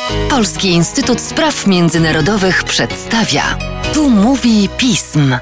Polski Instytut Spraw Międzynarodowych przedstawia. Tu mówi pism.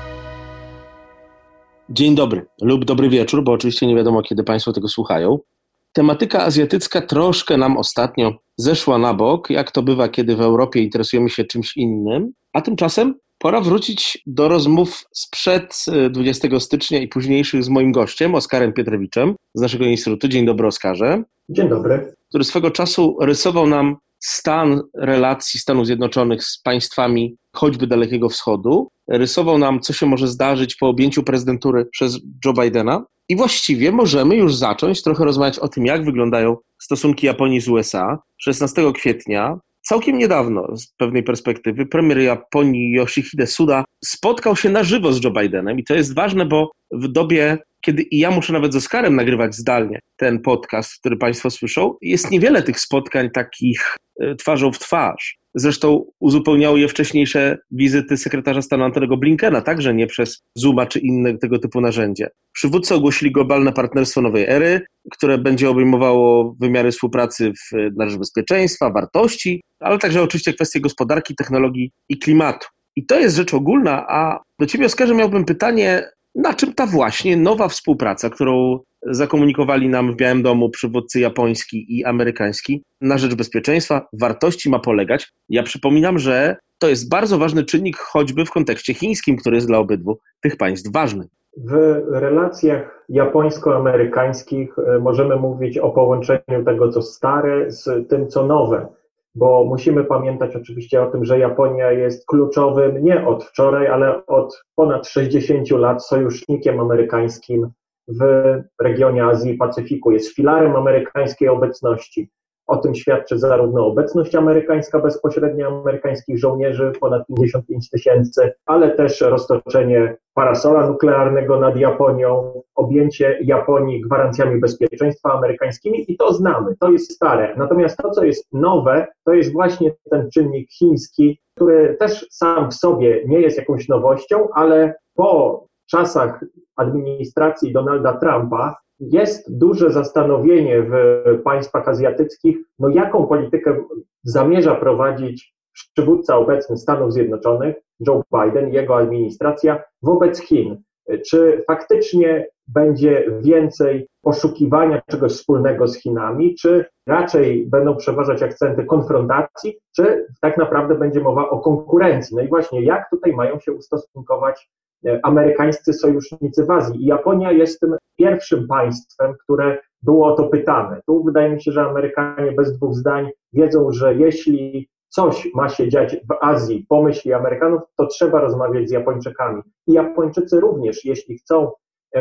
Dzień dobry lub dobry wieczór, bo oczywiście nie wiadomo, kiedy Państwo tego słuchają. Tematyka azjatycka troszkę nam ostatnio zeszła na bok, jak to bywa, kiedy w Europie interesujemy się czymś innym, a tymczasem pora wrócić do rozmów sprzed 20 stycznia i późniejszych z moim gościem, Oskarem Pietrowiczem z naszego instytutu. Dzień dobry, Oskarze. Dzień dobry. Który swego czasu rysował nam stan relacji Stanów Zjednoczonych z państwami choćby Dalekiego Wschodu. Rysował nam, co się może zdarzyć po objęciu prezydentury przez Joe Bidena. I właściwie możemy już zacząć trochę rozmawiać o tym, jak wyglądają stosunki Japonii z USA. 16 kwietnia, całkiem niedawno z pewnej perspektywy, premier Japonii Yoshihide Suga spotkał się na żywo z Joe Bidenem. I to jest ważne, bo w dobie, kiedy i ja muszę nawet z Oskarem nagrywać zdalnie ten podcast, który Państwo słyszą, jest niewiele tych spotkań takich twarzą w twarz. Zresztą uzupełniały je wcześniejsze wizyty sekretarza stanu Antonego Blinkena, także nie przez Zooma czy inne tego typu narzędzie. Przywódcy ogłosili globalne partnerstwo nowej ery, które będzie obejmowało wymiary współpracy na rzecz bezpieczeństwa, wartości, ale także oczywiście kwestie gospodarki, technologii i klimatu. I to jest rzecz ogólna, a do Ciebie, Oskarze, miałbym pytanie, na czym ta właśnie nowa współpraca, którą zakomunikowali nam w Białym Domu przywódcy japoński i amerykański na rzecz bezpieczeństwa, wartości ma polegać? Ja przypominam, że to jest bardzo ważny czynnik choćby w kontekście chińskim, który jest dla obydwu tych państw ważny. W relacjach japońsko-amerykańskich możemy mówić o połączeniu tego, co stare, z tym, co nowe, bo musimy pamiętać oczywiście o tym, że Japonia jest kluczowym nie od wczoraj, ale od ponad 60 lat sojusznikiem amerykańskim w regionie Azji i Pacyfiku. Jest filarem amerykańskiej obecności. O tym świadczy zarówno obecność amerykańska, bezpośrednio amerykańskich żołnierzy, ponad 55 000, ale też roztoczenie parasola nuklearnego nad Japonią, objęcie Japonii gwarancjami bezpieczeństwa amerykańskimi i to znamy, to jest stare. Natomiast to, co jest nowe, to jest właśnie ten czynnik chiński, który też sam w sobie nie jest jakąś nowością, ale po czasach administracji Donalda Trumpa jest duże zastanowienie w państwach azjatyckich, no jaką politykę zamierza prowadzić przywódca obecny Stanów Zjednoczonych, Joe Biden i jego administracja wobec Chin. Czy faktycznie będzie więcej poszukiwania czegoś wspólnego z Chinami, czy raczej będą przeważać akcenty konfrontacji, czy tak naprawdę będzie mowa o konkurencji? No i właśnie jak tutaj mają się ustosunkować amerykańscy sojusznicy w Azji? I Japonia jest tym pierwszym państwem, które było o to pytane. Tu wydaje mi się, że Amerykanie bez dwóch zdań wiedzą, że jeśli coś ma się dziać w Azji po myśli Amerykanów, to trzeba rozmawiać z Japończykami. I Japończycy również, jeśli chcą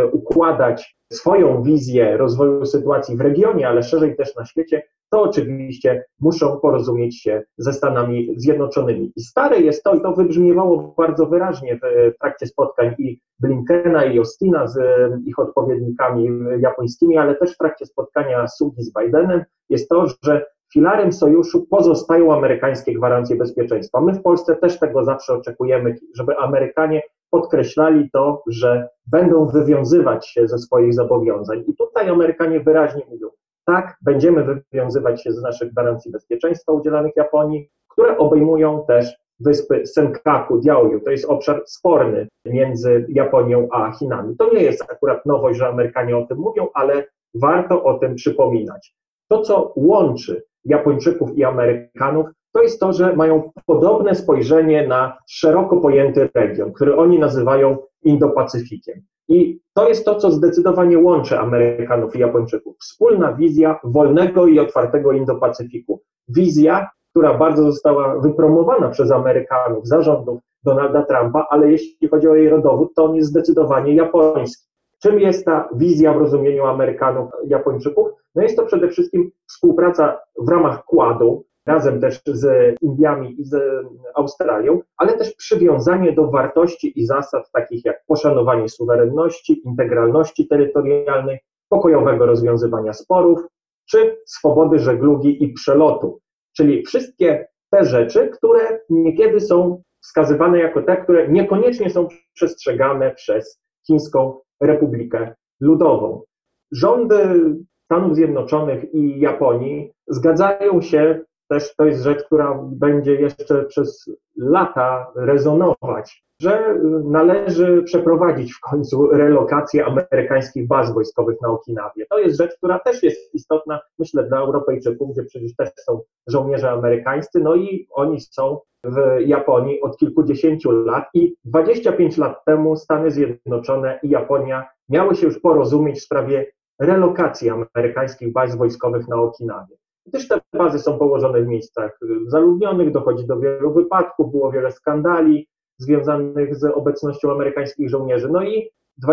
układać swoją wizję rozwoju sytuacji w regionie, ale szerzej też na świecie, to oczywiście muszą porozumieć się ze Stanami Zjednoczonymi. I stare jest to, i to wybrzmiewało bardzo wyraźnie w trakcie spotkań i Blinkena i Austina z ich odpowiednikami japońskimi, ale też w trakcie spotkania Sugi z Bidenem, jest to, że filarem sojuszu pozostają amerykańskie gwarancje bezpieczeństwa. My w Polsce też tego zawsze oczekujemy, żeby Amerykanie podkreślali to, że będą wywiązywać się ze swoich zobowiązań. I tutaj Amerykanie wyraźnie mówią, tak, będziemy wywiązywać się z naszych gwarancji bezpieczeństwa udzielanych Japonii, które obejmują też wyspy Senkaku, Diaoyu. To jest obszar sporny między Japonią a Chinami. To nie jest akurat nowość, że Amerykanie o tym mówią, ale warto o tym przypominać. To, co łączy Japończyków i Amerykanów, to jest to, że mają podobne spojrzenie na szeroko pojęty region, który oni nazywają Indo-Pacyfikiem. I to jest to, co zdecydowanie łączy Amerykanów i Japończyków. Wspólna wizja wolnego i otwartego Indo-Pacyfiku. Wizja, która bardzo została wypromowana przez Amerykanów za rządów Donalda Trumpa, ale jeśli chodzi o jej rodowód, to on jest zdecydowanie japoński. Czym jest ta wizja w rozumieniu Amerykanów i Japończyków? No jest to przede wszystkim współpraca w ramach Quadu, razem też z Indiami i z Australią, ale też przywiązanie do wartości i zasad takich jak poszanowanie suwerenności, integralności terytorialnej, pokojowego rozwiązywania sporów, czy swobody żeglugi i przelotu. Czyli wszystkie te rzeczy, które niekiedy są wskazywane jako te, które niekoniecznie są przestrzegane przez Chińską Republikę Ludową. Rządy Stanów Zjednoczonych i Japonii zgadzają się też to jest rzecz, która będzie jeszcze przez lata rezonować, że należy przeprowadzić w końcu relokację amerykańskich baz wojskowych na Okinawie. To jest rzecz, która też jest istotna, myślę, dla Europejczyków, gdzie przecież też są żołnierze amerykańscy, no i oni są w Japonii od kilkudziesięciu lat i 25 lat temu Stany Zjednoczone i Japonia miały się już porozumieć w sprawie relokacji amerykańskich baz wojskowych na Okinawie. Też te bazy są położone w miejscach zaludnionych, dochodzi do wielu wypadków, było wiele skandali związanych z obecnością amerykańskich żołnierzy. No i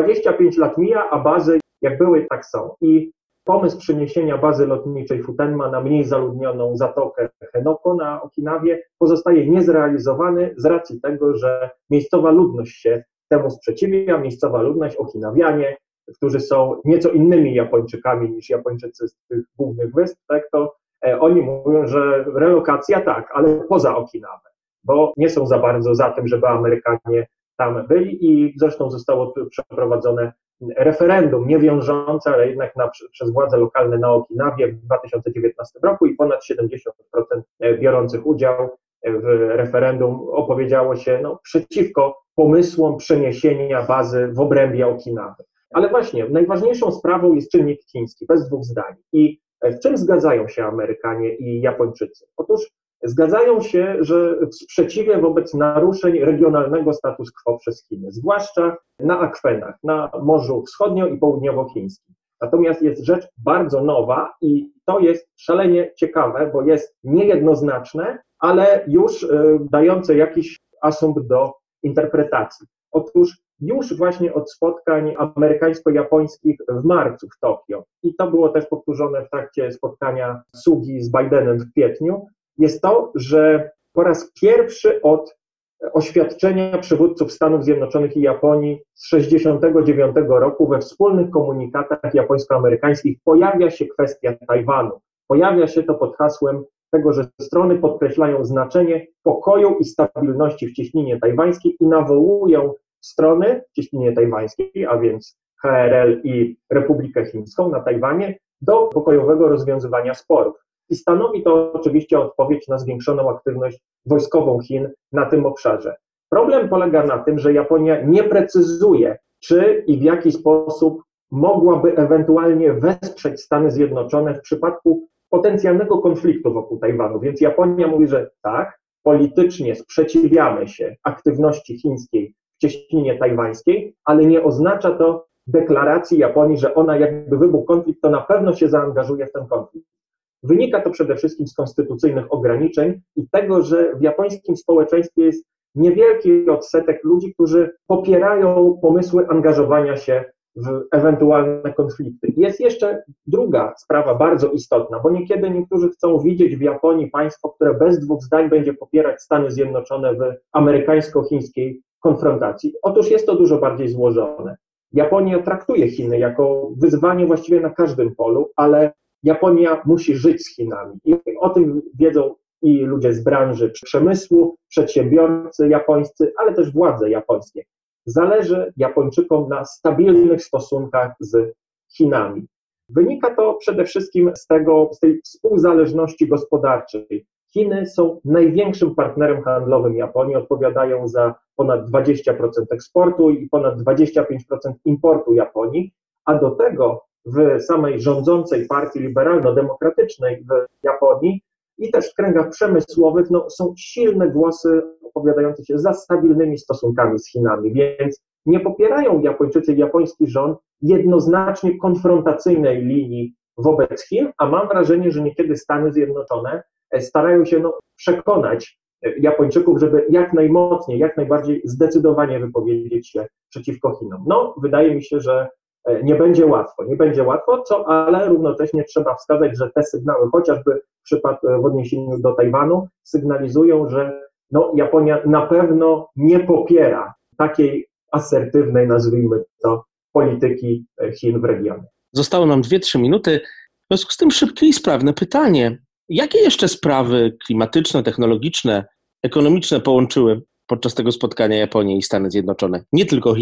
25 lat mija, a bazy jak były, tak są. I pomysł przeniesienia bazy lotniczej Futenma na mniej zaludnioną zatokę Henoko na Okinawie pozostaje niezrealizowany z racji tego, że miejscowa ludność się temu sprzeciwia, miejscowa ludność, Okinawianie, którzy są nieco innymi Japończykami niż Japończycy z tych głównych wysp, tak, to oni mówią, że relokacja tak, ale poza Okinawę, bo nie są za bardzo za tym, żeby Amerykanie tam byli i zresztą zostało przeprowadzone referendum niewiążące, ale jednak przez władze lokalne na Okinawie w 2019 roku i ponad 70% biorących udział w referendum opowiedziało się przeciwko pomysłom przeniesienia bazy w obrębie Okinawy. Ale właśnie najważniejszą sprawą jest czynnik chiński, bez dwóch zdań. I w czym zgadzają się Amerykanie i Japończycy? Otóż zgadzają się, że w sprzeciwie wobec naruszeń regionalnego status quo przez Chiny, zwłaszcza na akwenach, na Morzu Wschodnio- i Południowochińskim. Natomiast jest rzecz bardzo nowa i to jest szalenie ciekawe, bo jest niejednoznaczne, ale już dające jakiś asumpt do interpretacji. Otóż już właśnie od spotkań amerykańsko-japońskich w marcu w Tokio, i to było też powtórzone w trakcie spotkania Sugi z Bidenem w kwietniu, jest to, że po raz pierwszy od oświadczenia przywódców Stanów Zjednoczonych i Japonii z 1969 roku we wspólnych komunikatach japońsko-amerykańskich pojawia się kwestia Tajwanu. Pojawia się to pod hasłem tego, że strony podkreślają znaczenie pokoju i stabilności w cieśninie tajwańskiej i nawołują strony w cieśninie tajwańskiej, a więc KRL i Republikę Chińską na Tajwanie, do pokojowego rozwiązywania sporów. I stanowi to oczywiście odpowiedź na zwiększoną aktywność wojskową Chin na tym obszarze. Problem polega na tym, że Japonia nie precyzuje, czy i w jaki sposób mogłaby ewentualnie wesprzeć Stany Zjednoczone w przypadku potencjalnego konfliktu wokół Tajwanu. Więc Japonia mówi, że tak, politycznie sprzeciwiamy się aktywności chińskiej w cieśninie tajwańskiej, ale nie oznacza to deklaracji Japonii, że ona jakby wybuchł konflikt, to na pewno się zaangażuje w ten konflikt. Wynika to przede wszystkim z konstytucyjnych ograniczeń i tego, że w japońskim społeczeństwie jest niewielki odsetek ludzi, którzy popierają pomysły angażowania się w ewentualne konflikty. Jest jeszcze druga sprawa bardzo istotna, bo niekiedy niektórzy chcą widzieć w Japonii państwo, które bez dwóch zdań będzie popierać Stany Zjednoczone w amerykańsko-chińskiej konfrontacji. Otóż jest to dużo bardziej złożone. Japonia traktuje Chiny jako wyzwanie właściwie na każdym polu, ale Japonia musi żyć z Chinami i o tym wiedzą i ludzie z branży przemysłu, przedsiębiorcy japońscy, ale też władze japońskie. Zależy Japończykom na stabilnych stosunkach z Chinami. Wynika to przede wszystkim z tej współzależności gospodarczej. Chiny są największym partnerem handlowym Japonii, odpowiadają za ponad 20% eksportu i ponad 25% importu Japonii, a do tego w samej rządzącej partii liberalno-demokratycznej w Japonii i też w kręgach przemysłowych są silne głosy opowiadające się za stabilnymi stosunkami z Chinami, więc nie popierają Japończycy i japoński rząd jednoznacznie konfrontacyjnej linii wobec Chin, a mam wrażenie, że niekiedy Stany Zjednoczone starają się przekonać Japończyków, żeby jak najmocniej, jak najbardziej zdecydowanie wypowiedzieć się przeciwko Chinom. Wydaje mi się, że nie będzie łatwo, ale równocześnie trzeba wskazać, że te sygnały, chociażby w odniesieniu do Tajwanu, sygnalizują, że Japonia na pewno nie popiera takiej asertywnej, nazwijmy to, polityki Chin w regionie. Zostało nam 2-3 minuty. W związku z tym szybkie i sprawne pytanie. Jakie jeszcze sprawy klimatyczne, technologiczne, ekonomiczne połączyły podczas tego spotkania Japonię i Stany Zjednoczone? Nie tylko Chiny.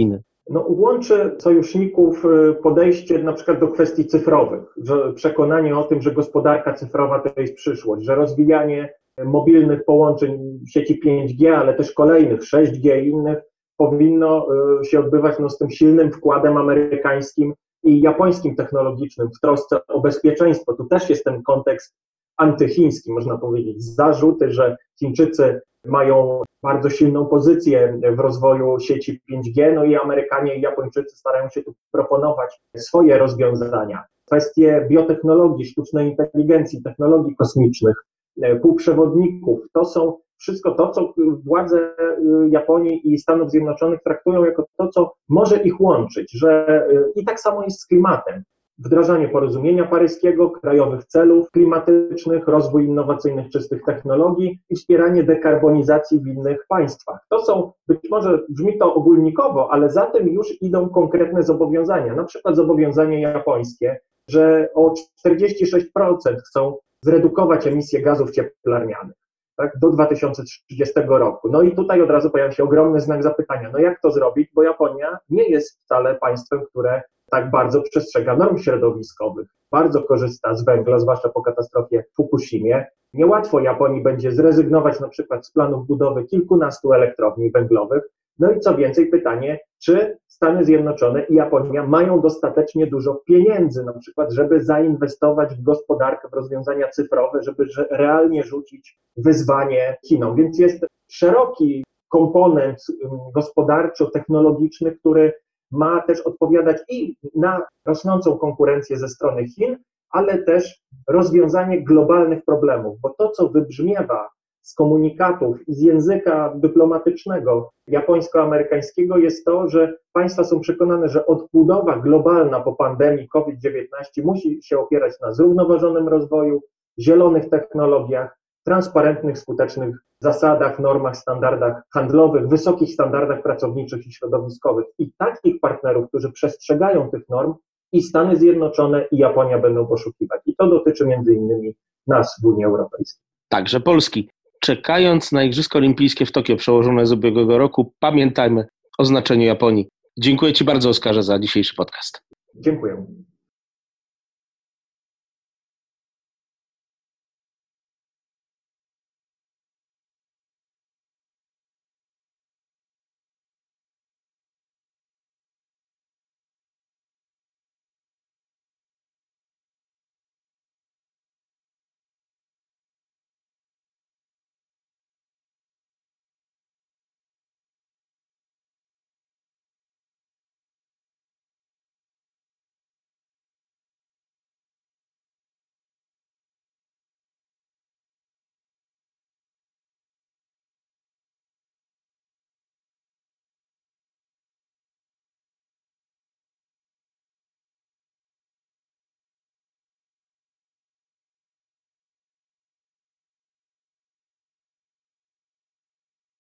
łączy sojuszników podejście na przykład do kwestii cyfrowych, że przekonanie o tym, że gospodarka cyfrowa to jest przyszłość, że rozwijanie mobilnych połączeń w sieci 5G, ale też kolejnych 6G i innych powinno się odbywać z tym silnym wkładem amerykańskim i japońskim technologicznym w trosce o bezpieczeństwo. Tu też jest ten kontekst antychiński, można powiedzieć. Zarzuty, że Chińczycy mają bardzo silną pozycję w rozwoju sieci 5G, i Amerykanie i Japończycy starają się tu proponować swoje rozwiązania. Kwestie biotechnologii, sztucznej inteligencji, technologii kosmicznych, półprzewodników, to są wszystko to, co władze Japonii i Stanów Zjednoczonych traktują jako to, co może ich łączyć, że i tak samo jest z klimatem. Wdrażanie porozumienia paryskiego, krajowych celów klimatycznych, rozwój innowacyjnych, czystych technologii i wspieranie dekarbonizacji w innych państwach. To są, być może brzmi to ogólnikowo, ale za tym już idą konkretne zobowiązania, na przykład zobowiązanie japońskie, że o 46% chcą zredukować emisję gazów cieplarnianych, tak, do 2030 roku. I tutaj od razu pojawia się ogromny znak zapytania, jak to zrobić, bo Japonia nie jest wcale państwem, które tak bardzo przestrzega norm środowiskowych, bardzo korzysta z węgla, zwłaszcza po katastrofie w Fukushimie. Niełatwo Japonii będzie zrezygnować na przykład z planów budowy kilkunastu elektrowni węglowych. I co więcej, pytanie, czy Stany Zjednoczone i Japonia mają dostatecznie dużo pieniędzy na przykład, żeby zainwestować w gospodarkę, w rozwiązania cyfrowe, żeby realnie rzucić wyzwanie Chinom. Więc jest szeroki komponent gospodarczo-technologiczny, który ma też odpowiadać i na rosnącą konkurencję ze strony Chin, ale też rozwiązanie globalnych problemów, bo to, co wybrzmiewa z komunikatów i z języka dyplomatycznego japońsko-amerykańskiego, jest to, że państwa są przekonane, że odbudowa globalna po pandemii COVID-19 musi się opierać na zrównoważonym rozwoju, zielonych technologiach, transparentnych, skutecznych zasadach, normach, standardach handlowych, wysokich standardach pracowniczych i środowiskowych. I takich partnerów, którzy przestrzegają tych norm, i Stany Zjednoczone, i Japonia będą poszukiwać. I to dotyczy między innymi nas w Unii Europejskiej. Także Polski. Czekając na Igrzyska Olimpijskie w Tokio przełożone z ubiegłego roku, pamiętajmy o znaczeniu Japonii. Dziękuję Ci bardzo, Oskarze, za dzisiejszy podcast. Dziękuję.